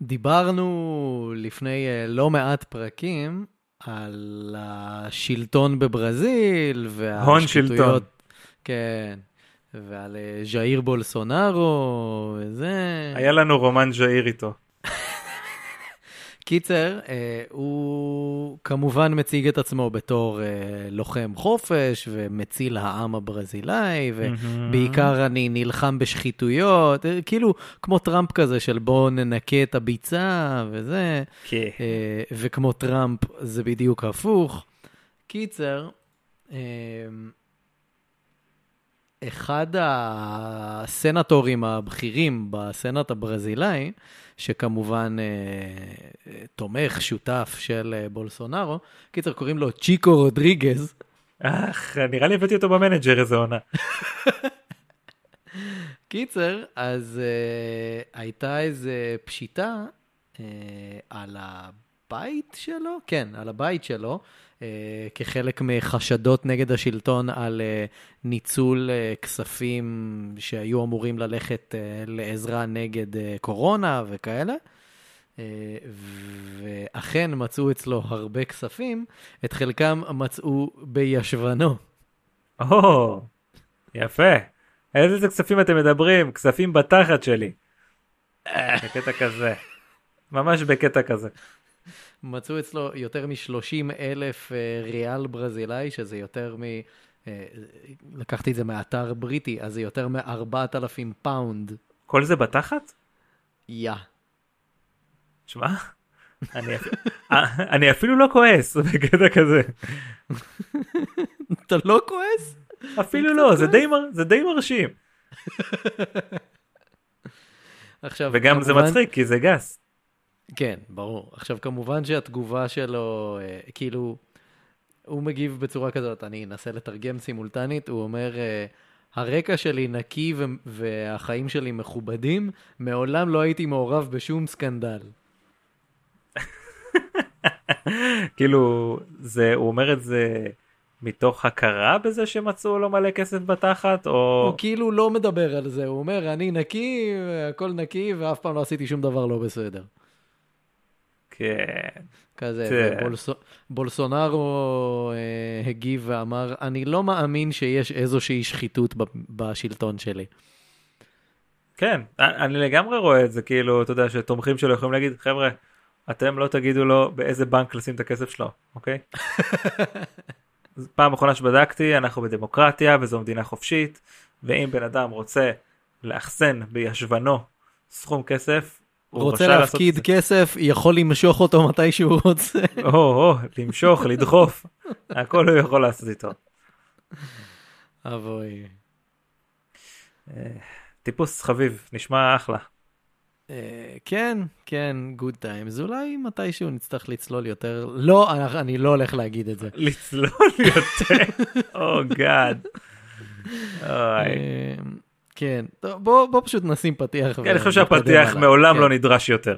דיברנו לפני לא מעט פרקים על השלטון בברזיל הון שלטון. והשחיתויות, כן, ועל ז'איר בולסונארו וזה. היה לנו רומן ז'איר איתו. קיצר, הוא כמובן מציג את עצמו בתור לוחם חופש ומציל העם הברזילאי, ובעיקר אני נלחם בשחיתויות, כאילו כמו טראמפ כזה של בוא ננקה את הביצה וזה, כן. וכמו טראמפ זה בדיוק הפוך. קיצר, אחד הסנטורים הבכירים בסנאט הברזילאי, שכמובן תומך שותף של בולסונארו, קיצר קוראים לו צ'יקו רודריגז. נראה לי הבאתי אותו במנג'ר איזה עונה. קיצר, אז הייתה איזה פשיטה על הבית שלו, כן, על הבית שלו, כחלק מחשדות נגד השלטון על ניצול כספים שהיו אמורים ללכת לעזרה נגד קורונה וכאלה. ואכן מצאו אצלו הרבה כספים, את חלקם מצאו בישבנו. יפה. איזה כספים אתם מדברים? כספים בתחת שלי. בקטע כזה. ממש בקטע כזה. מצאו אצלו יותר מ-30,000 ריאל ברזילאי, שזה יותר לקחתי את זה מאתר בריטי, אז זה יותר מ-4,000 פאונד. כל זה בתחת? יא. שמע, אני אפילו לא כועס בקטע כזה. אתה לא כועס? אפילו לא, זה די מרשים. וגם זה מצחיק, כי זה גס. כן, ברור. עכשיו, כמובן שהתגובה שלו, כאילו, הוא מגיב בצורה כזאת, אני אנסה לתרגם סימולטנית, הוא אומר, הרקע שלי נקי והחיים שלי מכובדים, מעולם לא הייתי מעורב בשום סקנדל. כאילו, הוא אומר את זה מתוך הכרה בזה שמצאו לו מלא כסף בתחת, או... הוא כאילו לא מדבר על זה, הוא אומר, אני נקי, הכל נקי, ואף פעם לא עשיתי שום דבר לא בסדר. כן. כזה, בולסונארו הגיב ואמר, אני לא מאמין שיש איזושהי שחיתות בשלטון שלי. כן, אני לגמרי רואה את זה, כאילו, אתה יודע, שתומכים שלו יכולים להגיד, חבר'ה, אתם לא תגידו לו באיזה בנק לשים את הכסף שלו, אוקיי? פעם אחרונה שבדקתי, אנחנו בדמוקרטיה, וזו מדינה חופשית, ואם בן אדם רוצה לאחסן בישבנו סכום כסף, רוצה להפקיד כסף, יכול למשוך אותו מתי שהוא רוצה. למשוך, לדחוף. הכל הוא יכול לעשות איתו. אבוי. טיפוס חביב, נשמע אחלה. כן, good times. אולי מתישהו נצטרך לצלול יותר. לא, אני לא הולך להגיד את זה. לצלול יותר? גאד. כן, בוא פשוט נשים פתיח. כן, אני חושב שהפתיח מעולם לא נדרש יותר.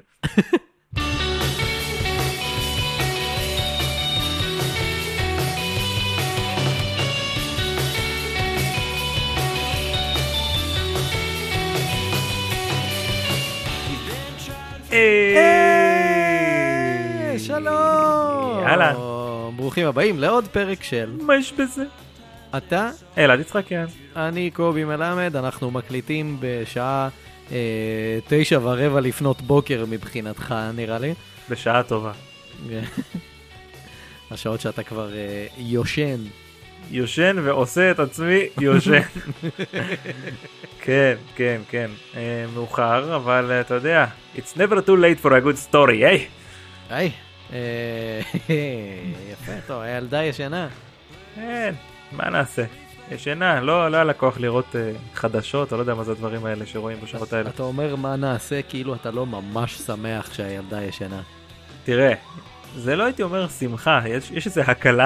שלום. יאללה. ברוכים הבאים לעוד פרק של מה יש בזה? אתה? אלעד יצחקיאן. אני קובי מלמד, אנחנו מקליטים בשעה 9:15 לפנות בוקר מבחינתך, נראה לי. בשעה טובה. השעות שאתה כבר יושן. יושן ועושה את עצמי יושן. כן, כן, כן. מאוחר, אבל אתה יודע, it's never too late for a good story, היי? היי. יפה, טוב, הילדה ישנה. כן, מה נעשה? ישנה, לא היה לקוח לראות חדשות, או לא יודע מה זה הדברים האלה שרואים בשעות האלה. אתה אומר מה נעשה, כאילו אתה לא ממש שמח שהילדה ישנה. תראה, זה לא הייתי אומר שמחה, יש איזו הקלה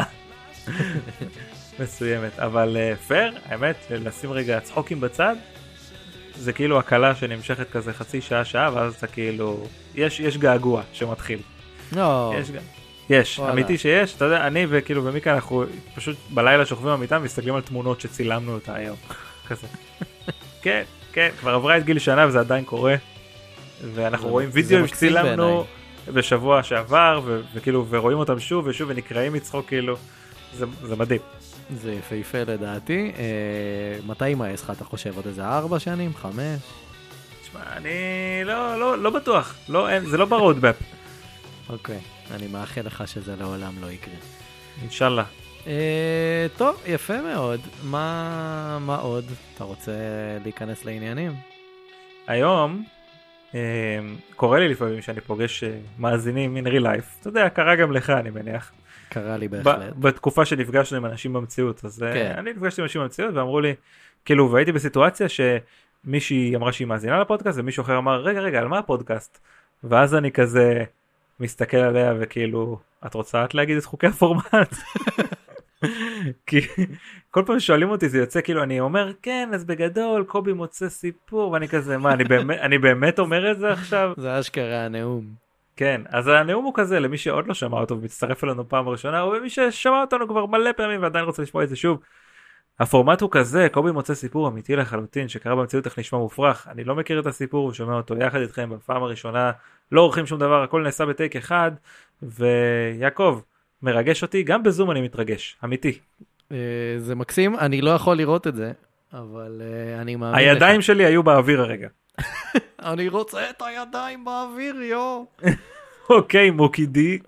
מסוימת, אבל פייר, האמת, לשים רגע צחוקים בצד, זה כאילו הקלה שנמשכת כזה חצי שעה, ואז אתה כאילו, יש געגוע שמתחיל. לא. יש, אמיתי שיש, אתה יודע, אני וכאילו ומיקה אנחנו פשוט בלילה שוכבים במיטה ומסתכלים על תמונות שצילמנו אותה היום, כזה. כן, כבר עברה את גיל שנה וזה עדיין קורה. ואנחנו זה- רואים זה וידאו מקסים שצילמנו בשבוע שעבר, וכאילו, ורואים אותם שוב ושוב, ונקראים מצחוק, כאילו, זה מדהים. זה יפהפה לדעתי. מתי יימאס לך, אתה חושב? עוד איזה 4 שנים? 5? תשמע, אני לא בטוח, זה לא ברודמפ, אוקיי, אני מאחל לך שזה לעולם לא יקרה. אינשאללה. טוב, יפה מאוד. מה עוד? אתה רוצה להיכנס לעניינים? היום, קורה לי לפעמים שאני פוגש מאזינים in real life, אתה יודע, קרה גם לך אני מניח. קרה לי בהחלט. בתקופה שנפגשנו עם אנשים במציאות, אז כן. אני נפגשתי עם אנשים במציאות ואמרו לי, כאילו, והייתי בסיטואציה שמישהי אמרה שהיא מאזינה לפודקאסט, ומישהו אחר אמר, רגע, על מה הפודקאסט? ואז אני כזה מסתכל עליה וכאילו, את רוצה להגיד את חוקי הפורמט? כי כל פעם שואלים אותי זה יוצא כאילו אני אומר כן אז בגדול קובי מוצא סיפור ואני כזה מה אני באמת אומר את זה עכשיו? זה אשכרה הנאום. כן, אז הנאום הוא כזה למי שעוד לא שמע אותו ומצטרף אלינו פעם ראשונה או מי ששמע אותנו כבר מלא פעמים ועדיין רוצה לשמוע את זה שוב. הפורמט הוא כזה, קובי מוצא סיפור אמיתי לחלוטין שקרה במציאות איך נשמע מופרך, אני לא מכיר את הסיפור, הוא שומע אותו יחד איתכם בפעם הראשונה, לא עורכים שום דבר, הכל נעשה בטייק אחד, ויעקב, מרגש אותי, גם בזום אני מתרגש, אמיתי. זה מקסים, אני לא יכול לראות את זה, אבל אני מאמין לך. הידיים שלי היו באוויר הרגע. אני רוצה את הידיים באוויר, יו. אוקיי, מוקידי.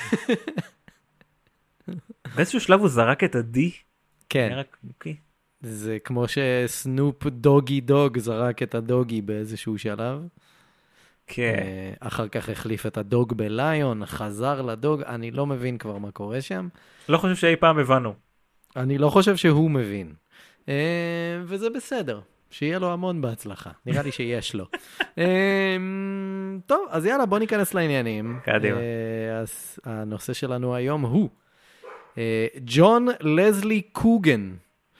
באיזשהו שלב הוא זרק את הדי. כן. רק מוקי. זה כמו שסנופ דוגי דוג זרק את הדוגי באיזשהו שלב. כן. אחר כך החליף את הדוג בליון, חזר לדוג, אני לא מבין כבר מה קורה שם. לא חושב שאי פעם הבנו. אני לא חושב שהוא מבין. וזה בסדר. שיהיה לו המון בהצלחה. נראה לי שיש לו. טוב, אז יאללה, בוא ניכנס לעניינים. קדימה. אז הנושא שלנו היום הוא ג'ון לזלי קוגן,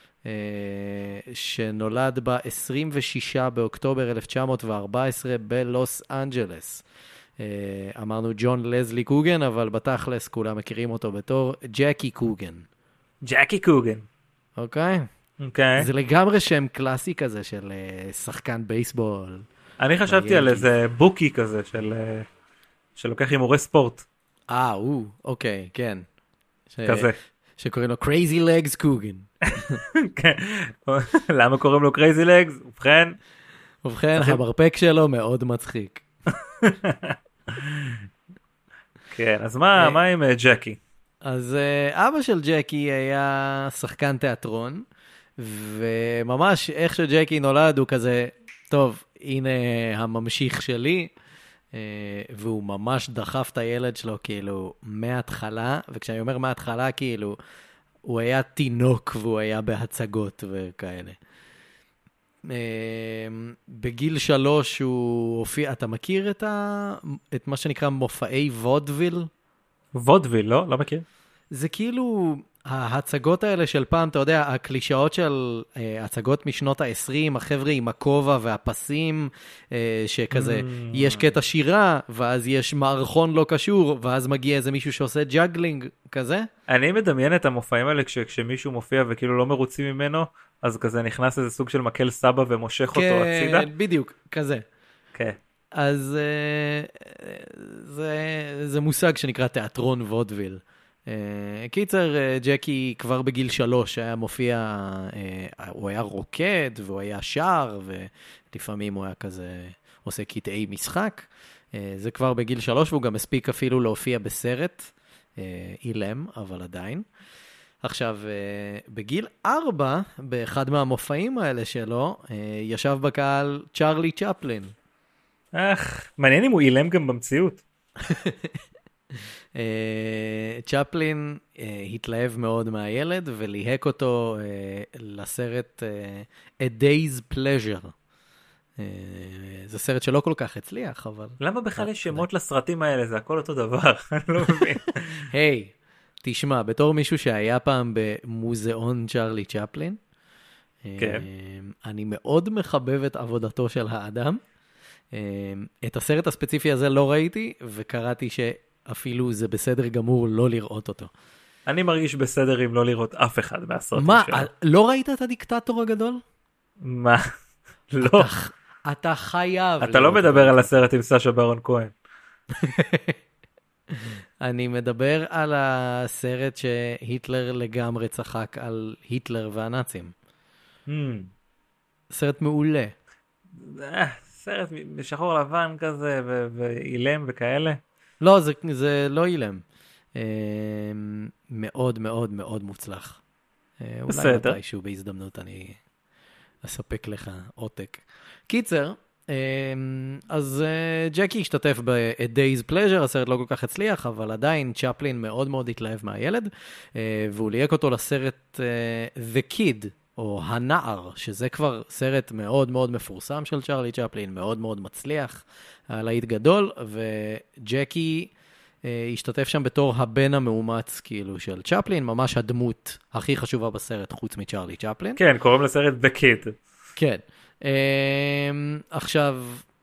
שנולד ב-26 באוקטובר 1914 בלוס אנג'לס. אמרנו ג'ון לזלי קוגן, אבל בתכלס כולם מכירים אותו בתור ג'קי קוגן. ג'קי קוגן. אוקיי? אוקיי. זה לגמרי שם קלאסי כזה של שחקן בייסבול. אני חשבתי על איזה בוקי כזה שלוקח הימורי ספורט. אוקיי, כן. כזה. שקוראים לו Crazy Legs Coogan. כן. למה קוראים לו Crazy Legs? ובכן, המרפק שלו מאוד מצחיק. כן, אז מה עם ג'קי? אז אבא של ג'קי היה שחקן תיאטרון, וממש איך שג'קי נולד הוא כזה, טוב, הנה הממשיך שלי, והוא ממש דחף את הילד שלו כאילו מההתחלה, וכשאני אומר מההתחלה כאילו, הוא היה תינוק והוא היה בהצגות וכאלה. בגיל 3 הוא הופיע, אתה מכיר את מה שנקרא מופעי וודוויל? וודוויל, לא מכיר. זה כאילו ההצגות האלה של פעם, אתה יודע, הקלישאות של הצגות משנות ה-20, החבר'ה עם הכובע והפסים, שכזה, יש קטע שירה, ואז יש מערכון לא קשור, ואז מגיע איזה מישהו שעושה ג'אגלינג, כזה. אני מדמיין את המופעים האלה כשמישהו מופיע וכאילו לא מרוצים ממנו, אז כזה נכנס איזה סוג של מקל סבא ומושך אותו הצידה. כן, בדיוק, כזה. כן. אז זה מושג שנקרא תיאטרון וודוויל. קיצר, ג'קי כבר בגיל 3 היה מופיע, הוא היה רוקד והוא היה שר, ולפעמים הוא היה כזה עושה קטעי משחק. זה כבר בגיל 3, והוא גם הספיק אפילו להופיע בסרט, אילם, אבל עדיין. עכשיו, בגיל 4, באחד מהמופעים האלה שלו, ישב בקהל צ'רלי צ'פלין. מעניין אם הוא אילם גם במציאות. צ'פלין התלהב מאוד מהילד וליהק אותו לסרט A Day's Pleasure. זה סרט שלא כל כך הצליח, אבל... למה בכלל יש שמות לסרטים האלה? זה הכל אותו דבר, אני לא מבין. היי, תשמע, בתור מישהו שהיה פעם במוזיאון צ'רלי צ'פלין, אני מאוד מחבב את עבודתו של האדם. את הסרט הספציפי הזה לא ראיתי, וקראתי שאפילו זה בסדר גמור לא לראות אותו. אני מרגיש בסדר אם לא לראות אף אחד מהסרטים מה, שלו. לא ראית את הדיקטטור הגדול? מה? לא. אתה חייב. אתה לא מדבר על הסרט עם סשה ברון כהן. אני מדבר על הסרט שהיטלר לגמרי צחק על היטלר והנאצים. סרט מעולה. סרט בשחור לבן כזה ואילם וכאלה. לא, זה לא אילם. מאוד מאוד מאוד מוצלח. אולי מתישהו בהזדמנות אני אספק לך עותק. קיצר, אז ג'קי השתתף ב-Day's Pleasure, הסרט לא כל כך הצליח, אבל עדיין צ'פלין מאוד מאוד התלהב מהילד, והוא ליהק אותו לסרט The Kid, או הנער, שזה כבר סרט מאוד מאוד מפורסם של צ'רלי צ'פלין, מאוד מאוד מצליח, להיט גדול, וג'קי השתתף שם בתור הבן המאומץ כאילו של צ'פלין, ממש הדמות הכי חשובה בסרט חוץ מצ'רלי צ'פלין. כן, קוראים לסרט The Kid. כן. עכשיו,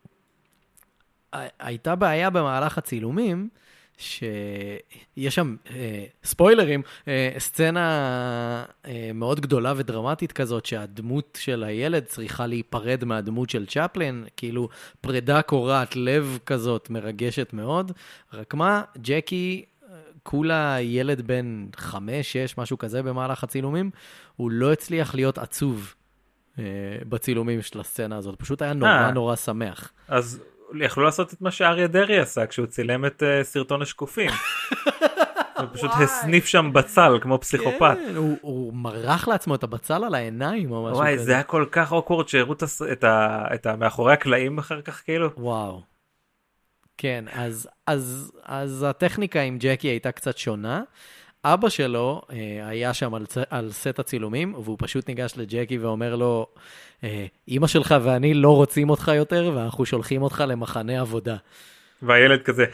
הייתה בעיה במהלך הצילומים, שיש שם ספוילרים, סצנה מאוד גדולה ודרמטית כזאת, שהדמות של הילד צריכה להיפרד מהדמות של צ'פלין, כאילו פרידה קורעת לב כזאת מרגשת מאוד, רק מה, ג'קי, כולה ילד בן 5-6, משהו כזה במהלך הצילומים, הוא לא הצליח להיות עצוב בצילומים של הסצנה הזאת, פשוט היה נורא נורא שמח. אז יכלו לעשות את מה שאריה דרעי עשה, כשהוא צילם את סרטון השקופים. הוא פשוט הסניף שם בצל, כמו פסיכופת. כן, הוא מרח לעצמו את הבצל על העיניים או משהו כזה. וואי, זה היה כל כך אוקוורד שהראו את מאחורי הקלעים אחר כך, כאילו. וואו. כן, אז הטכניקה עם ג'קי הייתה קצת שונה. אבא שלו היה שם על סט הצילומים, והוא פשוט ניגש לג'קי ואומר לו, אמא שלך ואני לא רוצים אותך יותר, ואנחנו שולחים אותך למחנה עבודה. והילד כזה,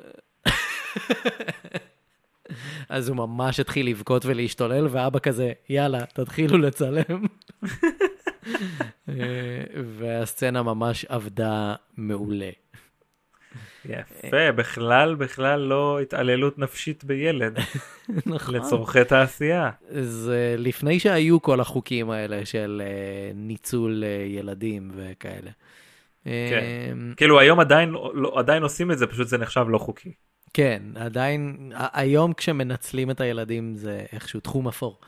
אז הוא ממש התחיל לבכות ולהשתולל, ואבא כזה, יאללה, תתחילו לצלם. והסצנה ממש עבדה מעולה. יפה, בכלל לא התעללות נפשית בילד. נכון. לצורכי תעשייה. זה לפני שהיו כל החוקים האלה של ניצול ילדים וכאלה. כן. כאילו היום עדיין עושים את זה, פשוט זה נחשב לא חוקי. כן, עדיין, היום כשמנצלים את הילדים זה איכשהו תחום אפור.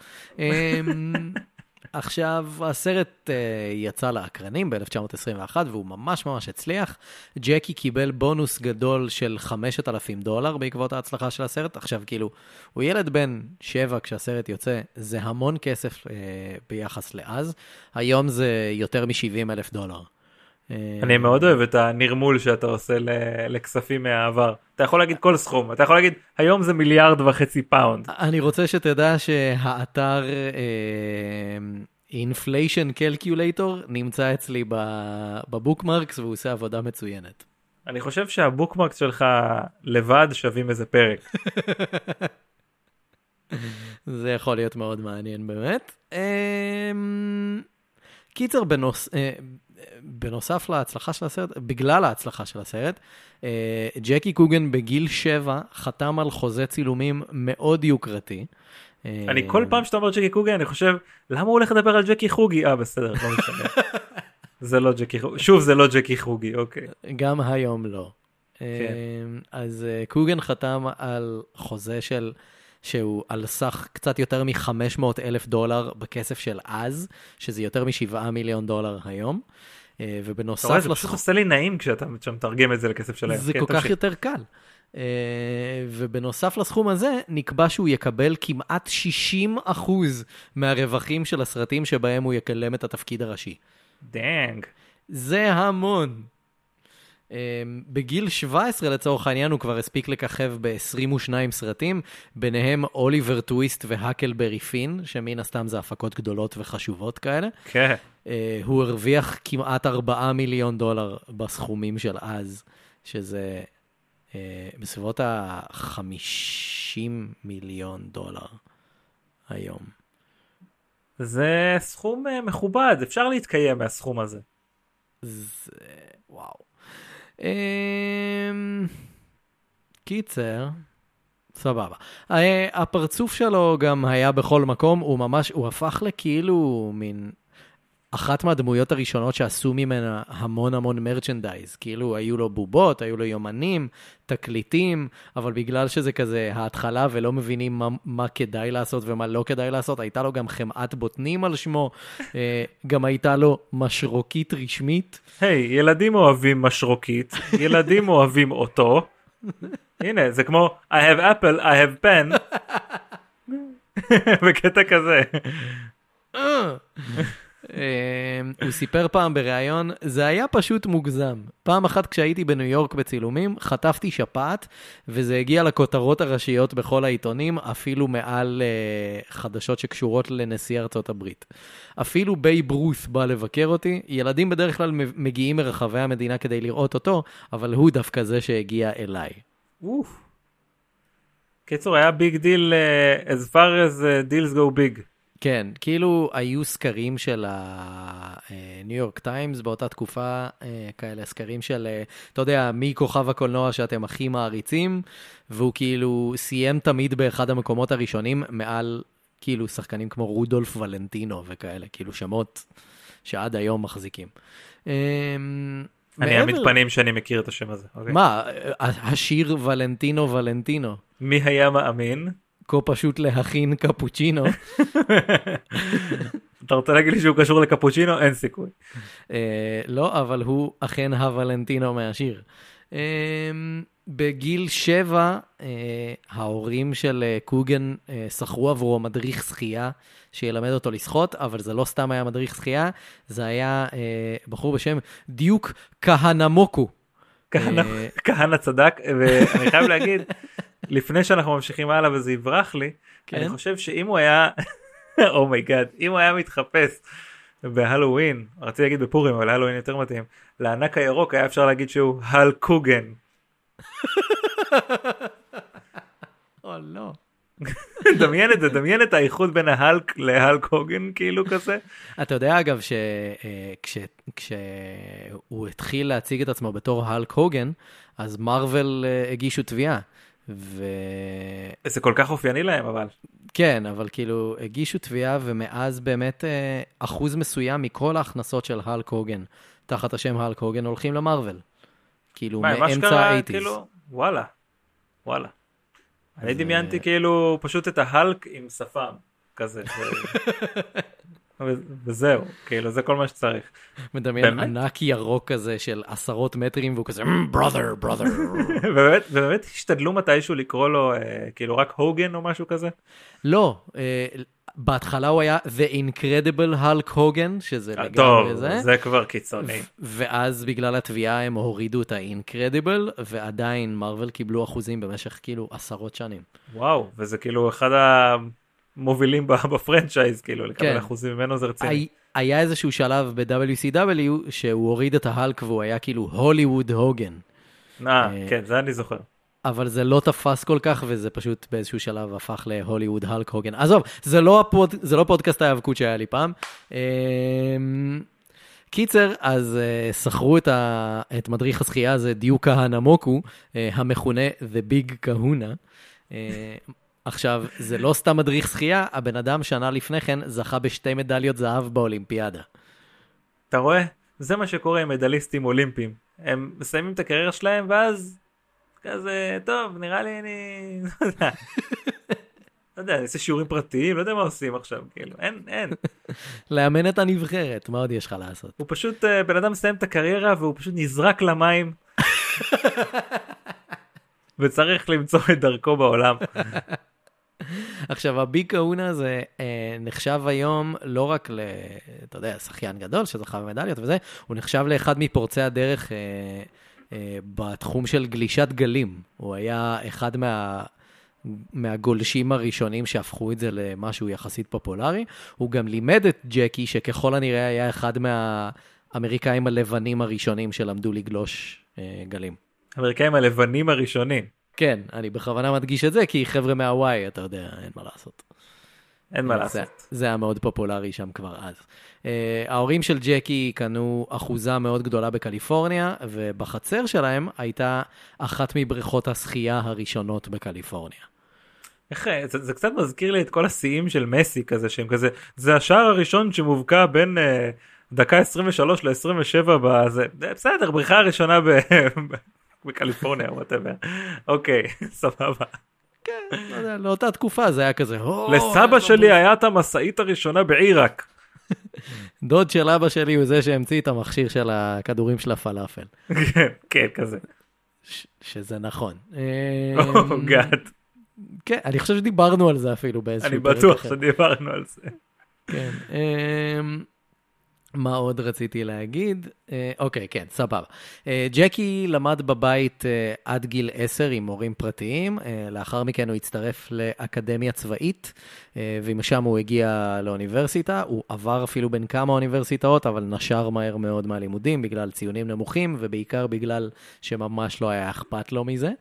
עכשיו, הסרט יצא לאקרנים ב-1921, והוא ממש ממש הצליח. ג'קי קיבל בונוס גדול של $5,000 בעקבות ההצלחה של הסרט. עכשיו, כאילו, הוא ילד בן 7 כשהסרט יוצא, זה המון כסף ביחס לאז. היום זה יותר מ$70,000. אני מאוד אוהב את הנרמול שאתה עושה לכספים מהעבר. אתה יכול להגיד כל סכום, אתה יכול להגיד, היום זה $1.5 מיליארד. אני רוצה שתדע שהאתר Inflation Calculator נמצא אצלי בבוקמרקס, והוא עושה עבודה מצוינת. אני חושב שהבוקמרקס שלך לבד שווים איזה פרק. זה יכול להיות מאוד מעניין באמת. קיצר, בנוסף להצלחה של הסרט, בגלל ההצלחה של הסרט, ג'קי קוגן בגיל 7 חתם על חוזה צילומים מאוד יוקרתי. אני כל פעם שאתה אומר ג'קי קוגן, אני חושב, למה הוא הולך לדבר על ג'קי חוגי? בסדר, לא משנה. זה לא ג'קי חוגי. שוב, זה לא ג'קי חוגי, אוקיי. גם היום לא. אז קוגן חתם על חוזה שהוא על סך קצת יותר $500,000 בכסף של אז, שזה יותר $7 מיליון היום. ובנוסף זה פשוט עושה לי נעים כשאתה מתרגם את זה לכסף שלהם. זה כל כך יותר קל. ובנוסף לסכום הזה, נקבע שהוא יקבל כמעט 60% מהרווחים של הסרטים שבהם הוא יקלם את התפקיד הראשי. דנג. זה המון. בגיל 17 לצורך העניין הוא כבר הספיק לככב ב-22 סרטים, ביניהם אוליבר טוויסט והקלברי פין, שמן הסתם זה הפקות גדולות וחשובות כאלה. כן. הוא הרוויח כמעט $4 מיליון בסכומים של אז, שזה בסביבות $50 מיליון היום. זה סכום מכובד, אפשר להתקיים מהסכום הזה. וואו. קיצר, סבבה. הפרצוף שלו גם היה בכל מקום, הוא הפך לכאילו מין, אחת מהדמויות הראשונות שעשו ממנה המון המון מרצ'נדייז, כאילו היו לו בובות, היו לו יומנים, תקליטים, אבל בגלל שזה כזה ההתחלה ולא מבינים מה כדאי לעשות ומה לא כדאי לעשות, הייתה לו גם חמאת בוטנים על שמו, גם הייתה לו משרוקית רשמית. היי, ילדים אוהבים משרוקית, ילדים אוהבים אותו. הנה, זה כמו I have apple, I have pen. בקטע כזה. הוא סיפר פעם בריאיון, זה היה פשוט מוגזם. פעם אחת כשהייתי בניו יורק בצילומים, חטפתי שפעת, וזה הגיע לכותרות הראשיות בכל העיתונים, אפילו מעל חדשות שקשורות לנשיא ארצות הברית. אפילו בייב רות בא לבקר אותי, ילדים בדרך כלל מגיעים מרחבי המדינה כדי לראות אותו, אבל הוא דווקא זה שהגיע אליי. קיצור, היה ביג דיל as far as deals go big. כן, כאילו היו סקרים של הניו יורק טיימס באותה תקופה, כאלה סקרים של, אתה יודע, מי כוכב הקולנוע שאתם הכי מעריצים, והוא כאילו סיים תמיד באחד המקומות הראשונים, מעל כאילו שחקנים כמו רודולף ולנטינו וכאלה, כאילו שמות שעד היום מחזיקים. אני אעמיד פנים שאני מכיר את השם הזה. מה? השיר ולנטינו ולנטינו. מי היה מאמין? כה פשוט להכין קפוצ'ינו. אתה רוצה להגיד לי שהוא קשור לקפוצ'ינו? אין סיכוי. לא, אבל הוא אכן הוולנטינו מהשיר. בגיל 7, ההורים של קוגן שכרו עבורו מדריך שחייה, שילמד אותו לשחות, אבל זה לא סתם היה מדריך שחייה, זה היה בחור בשם דיוק כהנמוקו. כהנה צדק, ואני חייב להגיד, לפני שאנחנו ממשיכים הלאה וזה יברח לי, אני חושב שאם הוא היה, אומייגאד, אם הוא היה מתחפש בהלווין, רציתי להגיד בפורים, אבל הלווין יותר מתאים, לענק הירוק היה אפשר להגיד שהוא הל קוגן. או לא. דמיין את זה, דמיין את האיחוד בין ההלק להל קוגן, כאילו כזה. אתה יודע אגב כשהוא התחיל להציג את עצמו בתור הל קוגן, אז מרוול הגישו תביעה. זה כל כך אופייני להם, אבל. כן, אבל כאילו הגישו תביעה, ומאז באמת אחוז מסוים מכל ההכנסות של הל קוגן, תחת השם הל קוגן, הולכים למרוול. כאילו מאמצע ה-80s. כאילו, וואלה. אני דמיינתי כאילו פשוט את ההלק עם שפם, כזה. וזהו, כאילו זה כל מה שצריך. מדמיין ענק ירוק כזה של עשרות מטרים, והוא כזה, brother. ובאמת השתדלו מתישהו לקרוא לו כאילו רק הוגן או משהו כזה? לא, בהתחלה הוא היה The Incredible Hulk Hogan, שזה לגמרי זה. טוב, זה כבר קיצוני. ואז בגלל התביעה הם הורידו את ה-Incredible, ועדיין מרוול קיבלו אחוזים במשך כאילו עשרות שנים. וואו, וזה כאילו אחד המובילים בפרנצ'ייז, כאילו לקבל אחוזים ממנו זה רציני. היה איזשהו שלב ב-WCW שהוא הוריד את ההלק והוא היה כאילו הוליווד הוגן. כן, זה אני זוכר. אבל זה לא תפס כל כך, וזה פשוט באיזשהו שלב הפך להוליווד הלק הוגן. עזוב, זה לא פודקאסט ההיאבקות שהיה לי פעם. קיצר, אז שכרו את מדריך השחייה הזה, דיוק כהנמוקו, המכונה The Big Kahuna. עכשיו, זה לא סתם מדריך שחייה, הבן אדם שנה לפני כן זכה בשתי מדליות זהב באולימפיאדה. אתה רואה? זה מה שקורה עם מדליסטים אולימפיים. הם מסיימים את הקריירה שלהם, ואז כזה, טוב, נראה לי אני לא יודע, אני אעשה שיעורים פרטיים, לא יודע מה עושים עכשיו, כאילו, אין. לאמן את הנבחרת, מה עוד יש לך לעשות? הוא פשוט, בן אדם מסיים את הקריירה, והוא פשוט נזרק למים, וצריך למצוא את דרכו בעולם. עכשיו, הביג קהונה זה נחשב היום לא רק אתה יודע, שחיין גדול שזכה במדליות וזה, הוא נחשב לאחד מפורצי הדרך בתחום של גלישת גלים. הוא היה אחד מהגולשים הראשונים שהפכו את זה למשהו יחסית פופולרי. הוא גם לימד את ג'קי, שככל הנראה היה אחד מהאמריקאים הלבנים הראשונים שלמדו לגלוש גלים. האמריקאים הלבנים הראשונים. כן, אני בכוונה מדגיש את זה, כי חבר'ה מהוואי, אתה יודע, אין מה לעשות. אין מה לעשות. זה היה מאוד פופולרי שם כבר אז. ההורים של ג'קי קנו אחוזה מאוד גדולה בקליפורניה, ובחצר שלהם הייתה אחת מבריכות השחייה הראשונות בקליפורניה. איך, זה קצת מזכיר לי את כל השיאים של מסי כזה, שהם כזה, זה השער הראשון שמובקע בין דקה 23 ל-27 בזה, בסדר, בריחה הראשונה בקליפורניה, whatever. אוקיי, סבבה. כן, לא יודע, לאותה תקופה זה היה כזה, לסבא שלי היה את המסעית הראשונה בעיראק. דוד של אבא שלי הוא זה שהמציא את המכשיר של הכדורים של הפלאפל. כן, כזה. שזה נכון. גאד. כן, אני חושב שדיברנו על זה אפילו באיזשהו אני פרק אחר. בטוח שדיברנו על זה. כן. מה עוד רציתי להגיד? אוקיי, כן, סבבה. ג'קי למד בבית עד גיל 10 עם מורים פרטיים, לאחר מכן הוא הצטרף לאקדמיה צבאית, ומשם הוא הגיע לאוניברסיטה, הוא עבר אפילו בין כמה אוניברסיטאות, אבל נשר מהר מאוד מהלימודים, בגלל ציונים נמוכים, ובעיקר בגלל שממש לא היה אכפת לו מזה.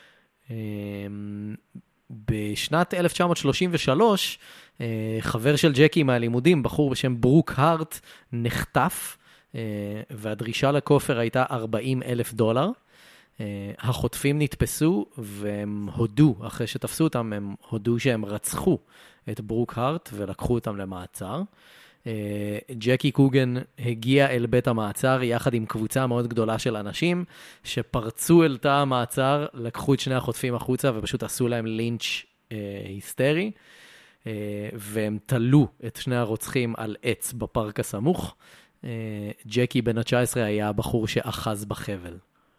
בשנת 1933, חבר של ג'קי מהלימודים, בחור בשם ברוק הארט, נחטף, והדרישה לכופר הייתה $40,000. החוטפים נתפסו, והם הודו, אחרי שתפסו אותם, הם הודו שהם רצחו את ברוק הארט, ולקחו אותם למעצר. ג'קי קוגן הגיע אל בית המעצר, יחד עם קבוצה מאוד גדולה של אנשים, שפרצו אל תא המעצר, לקחו את שני החוטפים החוצה, ופשוט עשו להם לינץ' היסטרי. והם תלו את שני הרוצחים על עץ בפארק הסמוך. ג'קי בן ה-19 היה הבחור שאחז בחבל.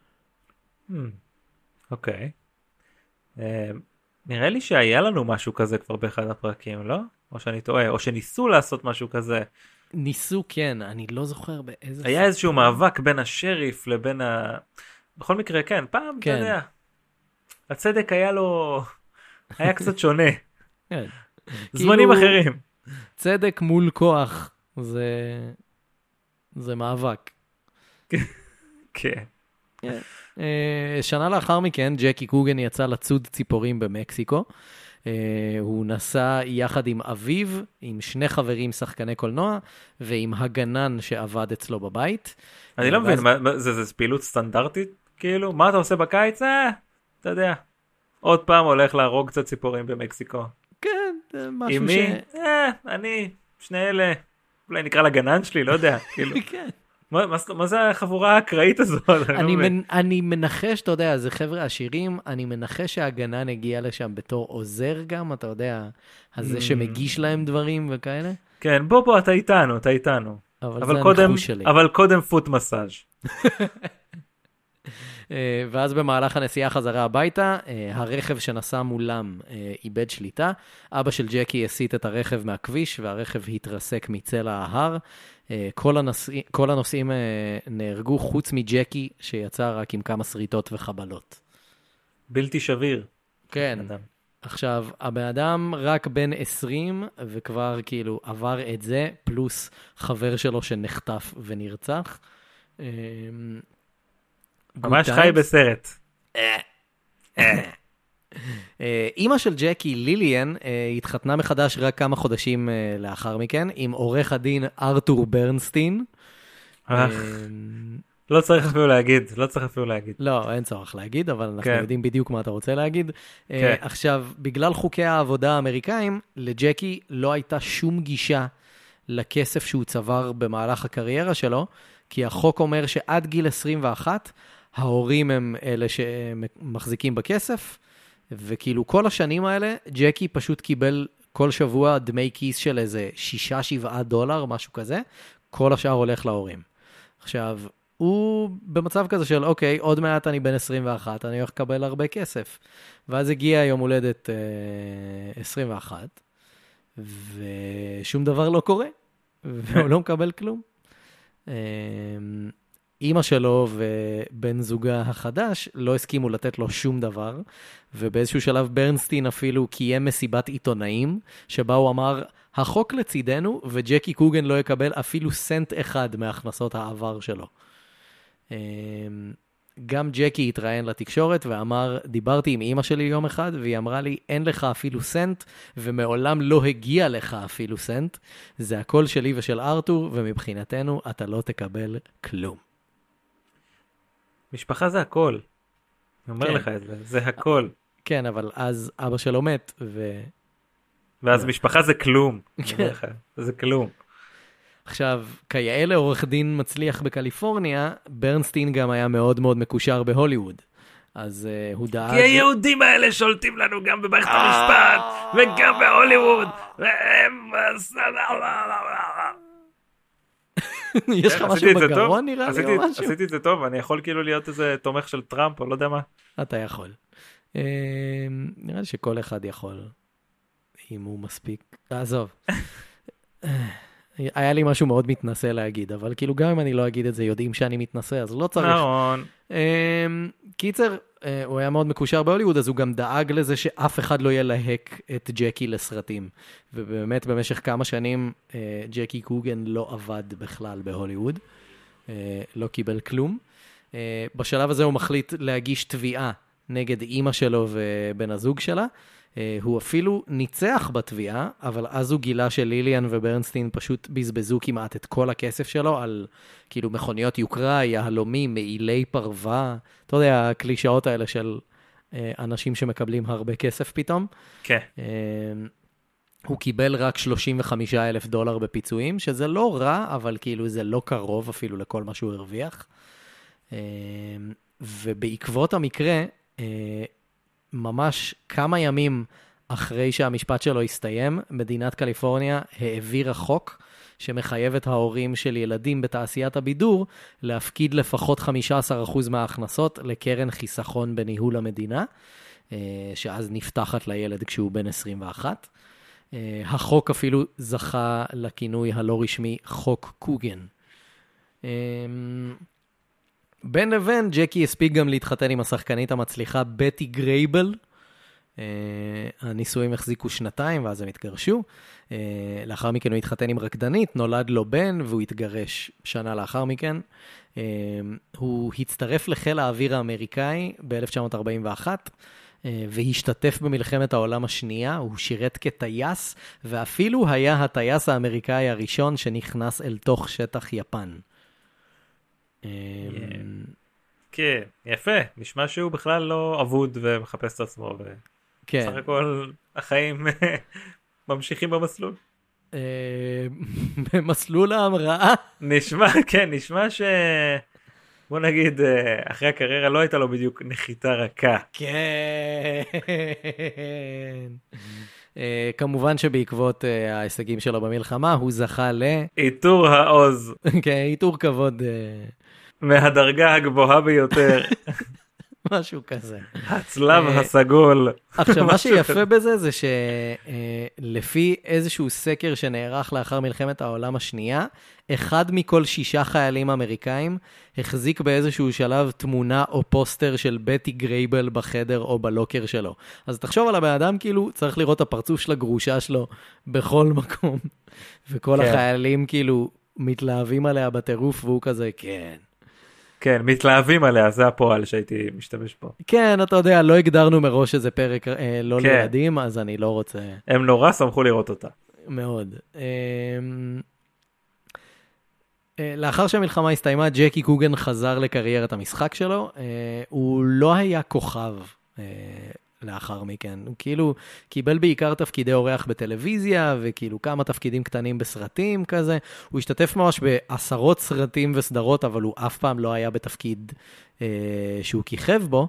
אוקיי. נראה לי שהיה לנו משהו כזה כבר באחד הפרקים, לא? או שאני טועה, או שניסו לעשות משהו כזה. ניסו, כן, אני לא זוכר באיזה... היה איזשהו מאבק בין השריף לבין בכל מקרה, כן, פעם, אתה יודע. הצדק היה לו... היה קצת שונה. כן. זמנים אחרים. צדק מול כוח, זה מאבק. כן. שנה לאחר מכן, ג'קי קוגן יצא לצוד ציפורים במקסיקו. הוא נסע יחד עם אביו, עם שני חברים שחקני קולנוע, ועם הגנן שעבד אצלו בבית. אני לא מבין, זה פעילות סטנדרטית? כאילו, מה אתה עושה בקיץ? אתה יודע. עוד פעם הולך להרוג קצת ציפורים במקסיקו. כן, משהו עם מי? אני, שני אלה, אולי נקרא לגנן שלי, לא יודע. כן. מה זה החבורה האקראית הזאת? אני מנחש, אתה יודע, זה חבר'ה עשירים, אני מנחש שהגנן הגיע לשם בתור עוזר גם, אתה יודע, הזה שמגיש להם דברים וכאלה. כן, בוא, אתה איתנו. אבל קודם פוט מסאז'. ואז במהלך הנסיעה חזרה הביתה, הרכב שנסע מולם איבד שליטה. אבא של ג'קי הסיט את הרכב מהכביש, והרכב התרסק מצלע ההר. כל הנוסעים נהרגו חוץ מג'קי, שיצא רק עם כמה שריטות וחבלות. בלתי שביר. כן. עכשיו, הבן אדם רק בן 20, וכבר כאילו עבר את זה, פלוס חבר שלו שנחטף ונרצח. ממש חי בסרט. אמא של ג'קי, ליליאן, התחתנה מחדש רק כמה חודשים לאחר מכן, עם עורך הדין ארתור ברנסטין. לא צריך אפילו להגיד. לא, אין צורך להגיד, אבל אנחנו יודעים בדיוק מה אתה רוצה להגיד. עכשיו, בגלל חוקי העבודה האמריקאים, לג'קי לא הייתה שום גישה לכסף שהוא צבר במהלך הקריירה שלו, כי החוק אומר שעד גיל 21, ההורים הם אלה שמחזיקים בכסף, וכאילו כל השנים האלה, ג'קי פשוט קיבל כל שבוע דמי כיס של איזה $6-7, משהו כזה, כל השאר הולך להורים. עכשיו, הוא במצב כזה של, אוקיי, עוד מעט אני בן 21, אני הולך לקבל הרבה כסף. ואז הגיע יום הולדת 21, ושום דבר לא קורה, והוא לא מקבל כלום. אמא שלו ובן זוגה החדש לא הסכימו לתת לו שום דבר, ובאיזשהו שלב ברנסטין אפילו קיים מסיבת עיתונאים, שבה הוא אמר, החוק לצידנו, וג'קי קוגן לא יקבל אפילו סנט אחד מהכנסות העבר שלו. גם ג'קי התראיין לתקשורת ואמר, דיברתי עם אמא שלי יום אחד, והיא אמרה לי, אין לך אפילו סנט, ומעולם לא הגיע לך אפילו סנט. זה הכל שלי ושל ארתור, ומבחינתנו אתה לא תקבל כלום. משפחה זה הכל. אני אומר לך את זה, זה הכל. כן, אבל אז אבא שלו מת, ואז משפחה זה כלום. זה כלום. עכשיו, כיאה לעורך דין מצליח בקליפורניה, ברנסטין גם היה מאוד מאוד מקושר בהוליווד. אז הוא דאג... כי היהודים האלה שולטים לנו גם במערכת המשפט, וגם בהוליווד, והם... יש לך משהו בגרון נראה לי או משהו? עשיתי את זה טוב, אני יכול כאילו להיות איזה תומך של טראמפ, או לא יודע מה. אתה יכול. נראה לי שכל אחד יכול, אם הוא מספיק. עזוב. היה לי משהו מאוד מתנשא להגיד, אבל כאילו גם אם אני לא אגיד את זה, יודעים שאני מתנשא, אז לא צריך. נכון. קיצר, הוא היה מאוד מקושר בהוליווד, אז הוא גם דאג לזה שאף אחד לא ילהק את ג'קי לסרטים. ובאמת במשך כמה שנים ג'קי קוגן לא עבד בכלל בהוליווד, לא קיבל כלום. בשלב הזה הוא מחליט להגיש תביעה נגד אמא שלו ובן הזוג שלה. הוא אפילו ניצח בתביעה, אבל אז הוא גילה שליליאן וברנסטין פשוט בזבזו כמעט את כל הכסף שלו על כאילו מכוניות יוקרה, יהלומים, מעילי פרווה, אתה יודע, הקלישאות האלה של אנשים שמקבלים הרבה כסף פתאום. כן. הוא קיבל רק $35,000 בפיצויים, שזה לא רע, אבל כאילו זה לא קרוב אפילו לכל מה שהוא הרוויח. ובעקבות המקרה, ממש כמה ימים אחרי שהמשפט שלו הסתיים, מדינת קליפורניה העבירה חוק שמחייב את ההורים של ילדים בתעשיית הבידור להפקיד לפחות 15% מההכנסות לקרן חיסכון בניהול המדינה, שאז נפתחת לילד כשהוא בן 21. החוק אפילו זכה לכינוי הלא רשמי חוק קוגן. בין לבין, ג'קי הספיק גם להתחתן עם השחקנית המצליחה בטי גרייבל. הנישואים החזיקו 2 ואז הם התגרשו. לאחר מכן הוא התחתן עם רקדנית, נולד לו בן והוא התגרש שנה לאחר מכן. הוא הצטרף לחיל האוויר האמריקאי ב-1941 והשתתף במלחמת העולם השנייה. הוא שירת כטייס ואפילו היה הטייס האמריקאי הראשון שנכנס אל תוך שטח יפן. כן, יפה, נשמע שהוא בכלל לא עבוד ומחפש את עצמו, בסך הכל החיים ממשיכים במסלול. במסלול ההמראה? נשמע ש... בוא נגיד, אחרי הקריירה לא הייתה לו בדיוק נחיתה רכה. כן. כמובן שבעקבות ההישגים שלו במלחמה, הוא זכה עיטור העוז. כן, עיטור כבוד. מהדרגה הגבוהה ביותר. משהו כזה. הצלב הסגול. עכשיו, מה שיפה בזה זה שלפי איזשהו סקר שנערך לאחר מלחמת העולם השנייה, 1 מכל 6 חיילים אמריקאים החזיק באיזשהו שלב תמונה או פוסטר של בטי גרייבל בחדר או בלוקר שלו. אז תחשוב על הבן אדם, כאילו צריך לראות את הפרצוף של הגרושה שלו בכל מקום. וכל החיילים כאילו מתלהבים עליה בטירוף, והוא כזה, כן. כן, מתלהבים עליה, זה הפועל שהייתי משתמש פה. כן, אתה יודע, לא הגדרנו מראש שזה פרק לא לילדים, אז אני לא רוצה... הם נורא שמחו לראות אותה. מאוד. לאחר שהמלחמה הסתיימה, ג'קי קוגן חזר לקריירת המשחק שלו. הוא לא היה כוכב לאחר מכן. הוא כאילו קיבל בעיקר תפקידי אורח בטלוויזיה, וכאילו כמה תפקידים קטנים בסרטים כזה. הוא השתתף ממש בעשרות סרטים וסדרות, אבל הוא אף פעם לא היה בתפקיד שהוא כיכב בו.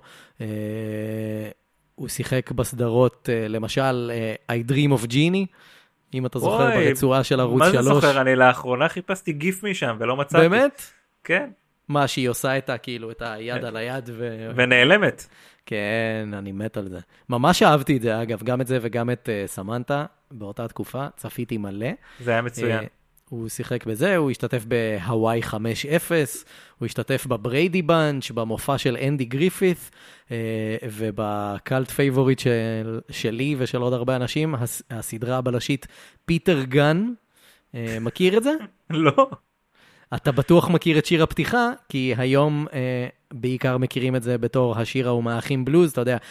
הוא שיחק בסדרות, למשל, I Dream of Genie, אם אתה זוכר ברצועה של ערוץ 3. מה זה זוכר? אני לאחרונה חיפשתי גיף משם ולא מצאתי. באמת? כן. מה, שהיא עושה את כאילו, את היד על היד ונעלמת. כן, אני מת על זה. ממש אהבתי את זה, אגב, גם את זה וגם את סמנטה, באותה תקופה, צפיתי מלא. זה היה מצוין. הוא שיחק בזה, הוא השתתף בהוואי 5-0, הוא השתתף בבריידי בנץ', במופע של אנדי גריפית, ובקלט פייבוריט שלי ושל עוד הרבה אנשים, הסדרה הבלשית פיטר גן. מכיר את זה? לא. אתה בטוח מכיר את שיר הפתיחה, כי היום בעיקר מכירים את זה בתור השיר ההוא מהאחים בלוז, אתה יודע,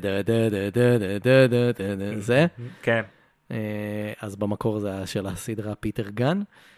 זה. כן. אז במקור זה של הסדרה פיטר גן.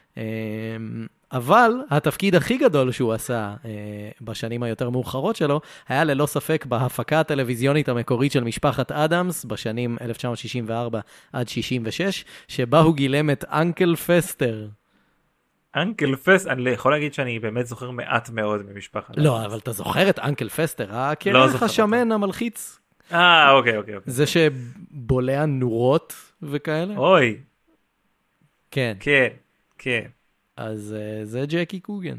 אבל התפקיד הכי גדול שהוא עשה בשנים היותר מאוחרות שלו, היה ללא ספק בהפקה הטלוויזיונית המקורית של משפחת אדמס, בשנים 1964 עד 66, שבה הוא גילם את אנקל פסטר. אנקל פסט, אני יכול להגיד שאני באמת זוכר מעט מאוד ממשפחת. לא, אבל אתה זוכר את אנקל פסטר, לא הקרח זוכר השמן המלחיץ? אוקיי. זה שבולע נורות וכאלה? אוי, כן. כן. אז זה ג'קי קוגן.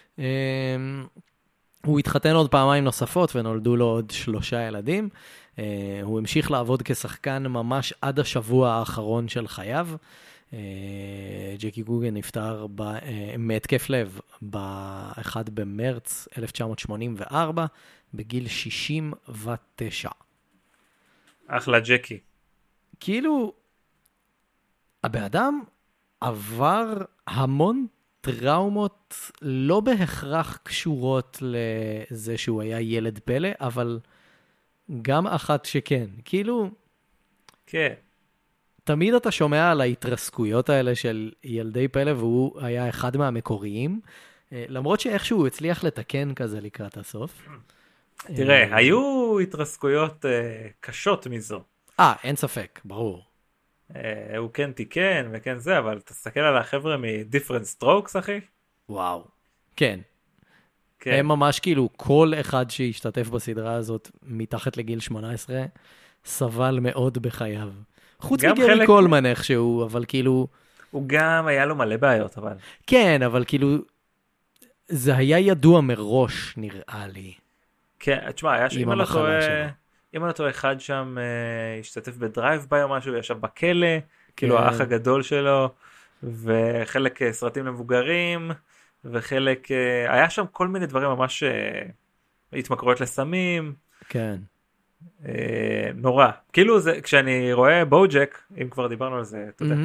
הוא התחתן עוד פעמיים נוספות ונולדו לו עוד 3 ילדים. הוא המשיך לעבוד כשחקן ממש עד השבוע האחרון של חייו. ג'קי קוגן נפטר מהתקף לב ב-1 במרץ 1984 בגיל 69. אחלה ג'קי. כאילו, הבן אדם עבר המון טראומות לא בהכרח קשורות לזה שהוא היה ילד פלא, אבל גם אחת שכן. כאילו, כן. תמיד אתה שומע על ההתרסקויות האלה של ילדי פלא, והוא היה אחד מהמקוריים, למרות שאיכשהו הוא הצליח לתקן כזה לקראת הסוף. תראה, היו התרסקויות קשות מזו. אין ספק, ברור. הוא כן תיקן וכן זה, אבל תסתכל על החבר'ה מ-Different Strokes, אחי. וואו. כן. כן. הם ממש כאילו, כל אחד שהשתתף בסדרה הזאת מתחת לגיל 18, סבל מאוד בחייו. חוץ מגרי קולמן איכשהו, אבל כאילו... הוא גם היה לו מלא בעיות, אבל... כן, אבל כאילו, זה היה ידוע מראש, נראה לי. כן, תשמע, היה עם המחלה שלו. אם אני טועה, אחד שם השתתף בדרייב ביי או משהו, ישב בכלא, כאילו האח הגדול שלו, וחלק סרטים למבוגרים, וחלק, היה שם כל מיני דברים ממש התמכרויות לסמים. כן. נורא. כאילו זה, כשאני רואה בוג'ק, אם כבר דיברנו על זה, אתה יודע,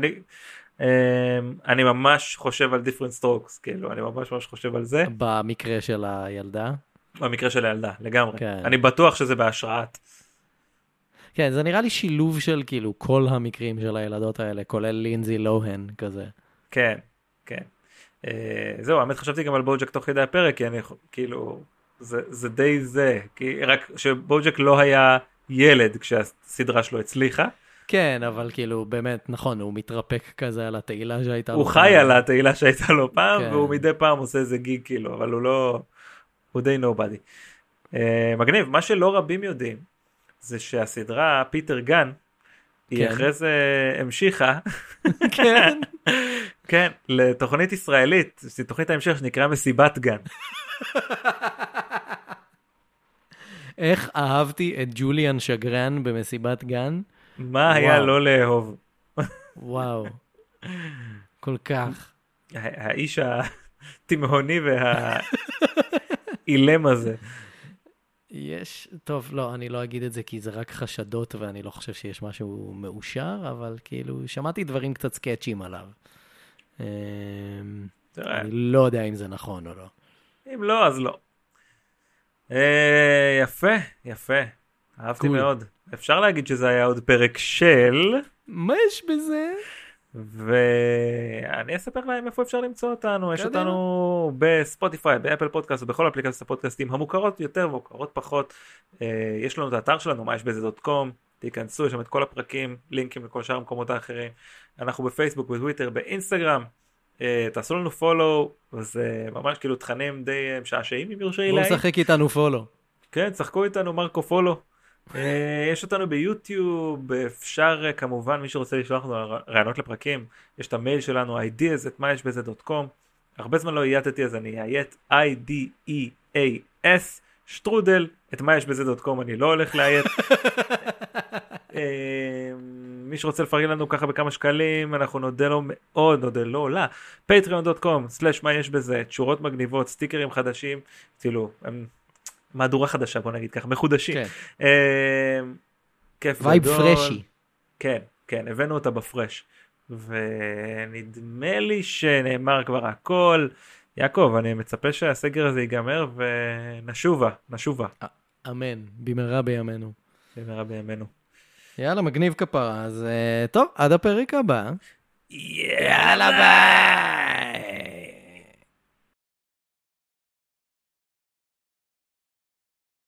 אני ממש חושב על different strokes, כאילו, אני ממש חושב על זה. במקרה של הילדה. במקרה של הילדה, לגמרי. כן. אני בטוח שזה בהשראת. כן, זה נראה לי שילוב של כאילו כל המקרים של הילדות האלה, כולל לינזי לוהן כזה. כן. זהו, האמת חשבתי גם על בוג'ק תוך כדי הפרק, כי אני כאילו, זה די זה, כי רק שבוג'ק לא היה ילד כשהסדרה שלו הצליחה. כן, אבל כאילו באמת, נכון, הוא מתרפק כזה על התהילה שהייתה לו. הוא חי על התהילה שהייתה לו פעם, והוא מדי פעם עושה איזה גיג כאילו, אבל הוא לא... הוא די נובדי. מגניב, מה שלא רבים יודעים, זה שהסדרה פיטר גן, היא אחרי זה המשיכה, כן, כן, לתוכנית ישראלית, תוכנית ההמשך שנקרא מסיבת גן. איך אהבתי את ג'וליאן שגרן במסיבת גן? מה היה לא לאהוב? וואו, כל כך. האיש התימהוני והאילם הזה. טוב, לא, אני לא אגיד את זה כי זה רק חשדות ואני לא חושב שיש משהו מאושר, אבל כאילו, שמעתי דברים קצת סקאצ'ים עליו. אני לא יודע אם זה נכון או לא. אם לא, אז לא. יפה. אהבתי מאוד. אפשר להגיד שזה היה עוד פרק של... מה יש בזה? ואני אספר להם איפה אפשר למצוא אותנו. יש אותנו בספוטיפיי, באפל פודקאסט ובכל אפליקציות הפודקאסטים המוכרות יותר ומוכרות פחות. יש לנו את האתר שלנו, מה יש בזה.com. תיכנסו, יש שם את כל הפרקים, לינקים לכל שאר המקומות האחרים. אנחנו בפייסבוק, בטוויטר, באינסטגרם. תעשו לנו פולו, וזה ממש כאילו תכנים די משעשעים אם יורשה לי להגיד. בואו שחק איתנו פולו. כן, שחקו איתנו מרקו פולו. יש אותנו ביוטיוב, אפשר כמובן מי שרוצה לשלוח לנו רעיונות לפרקים, יש את המייל שלנו ideas@myesbeze.com. הרבה זמן לא אייתתי אז אני אייט ideas שטרודל את myesbeze.com, אני לא הולך לאיית. מי שרוצה לפרגן לנו ככה בכמה שקלים, אנחנו נודה לו מאוד, נודה לו עולה, patreon.com/myesbeze, שורות מגניבות, סטיקרים חדשים, כאילו, מהדורה חדשה, בוא נגיד ככה, מחודשים. כיף גדול. וייב פרשי. כן, הבאנו אותה בפרש. ונדמה לי שנאמר כבר הכל. יעקב, אני מצפה שהסגר הזה ייגמר ונשובה. אמן, במהרה בימינו. במהרה בימינו. יאללה, מגניב כפרה. אז טוב, עד הפרק הבא. יאללה ביי!